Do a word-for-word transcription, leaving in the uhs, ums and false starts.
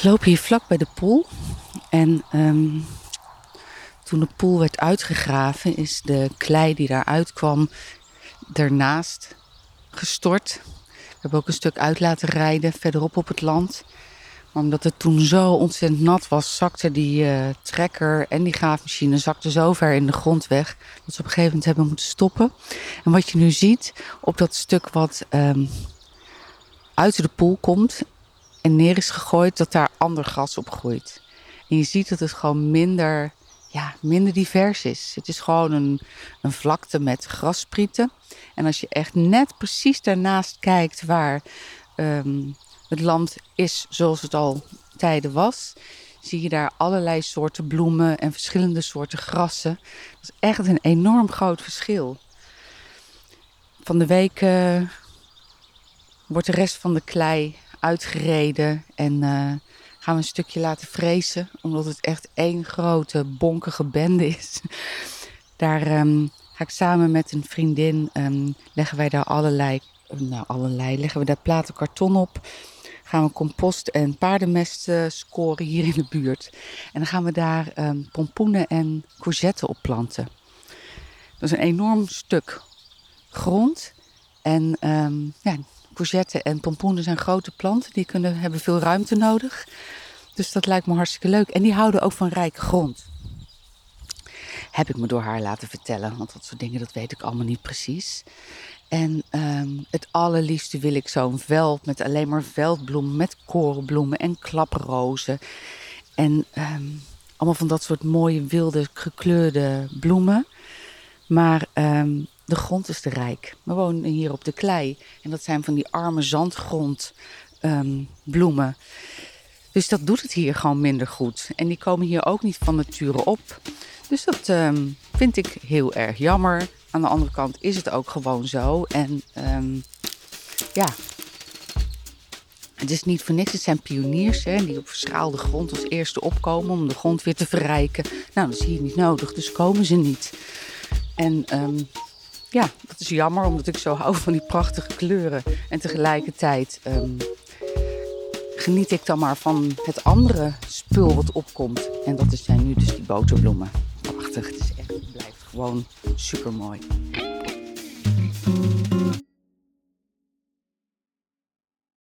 lopen hier vlak bij de poel. En um, toen de poel werd uitgegraven, is de klei die daaruit kwam ernaast gestort. We hebben ook een stuk uit laten rijden verderop op het land. Maar omdat het toen zo ontzettend nat was, zakte die uh, trekker en die graafmachine zakte zo ver in de grond weg dat ze op een gegeven moment hebben moeten stoppen. En wat je nu ziet op dat stuk wat um, uit de poel komt en neer is gegooid, dat daar ander gras op groeit. En je ziet dat het gewoon minder, ja, minder divers is. Het is gewoon een, een vlakte met grassprieten. En als je echt net precies daarnaast kijkt waar um, het land is zoals het al tijden was, zie je daar allerlei soorten bloemen en verschillende soorten grassen. Dat is echt een enorm groot verschil. Van de week uh, wordt de rest van de klei uitgereden en uh, gaan we een stukje laten frezen, omdat het echt één grote bonkige bende is. Daar um, ga ik samen met een vriendin, um, leggen wij daar allerlei, nou allerlei, leggen we daar platen karton op. Gaan we compost en paardenmest uh, scoren hier in de buurt. En dan gaan we daar um, pompoenen en courgetten op planten. Dat is een enorm stuk grond. En um, ja, courgetten en pompoenen zijn grote planten. Die kunnen, hebben veel ruimte nodig. Dus dat lijkt me hartstikke leuk. En die houden ook van rijke grond. Heb ik me door haar laten vertellen. Want dat soort dingen, dat weet ik allemaal niet precies. En um, het allerliefste wil ik zo'n veld met alleen maar veldbloemen, met korenbloemen en klaprozen. En um, allemaal van dat soort mooie wilde gekleurde bloemen. Maar um, de grond is te rijk. We wonen hier op de klei. En dat zijn van die arme zandgrondbloemen. Um, dus dat doet het hier gewoon minder goed. En die komen hier ook niet van nature op. Dus dat um, vind ik heel erg jammer. Aan de andere kant is het ook gewoon zo. En um, ja, het is niet voor niks. Het zijn pioniers hè, die op verschaalde grond als eerste opkomen om de grond weer te verrijken. Nou, dat is hier niet nodig, dus komen ze niet. En um, ja, dat is jammer, omdat ik zo hou van die prachtige kleuren. En tegelijkertijd um, geniet ik dan maar van het andere spul wat opkomt. En dat zijn nu dus die boterbloemen. Prachtig, het is echt, het blijft gewoon super mooi.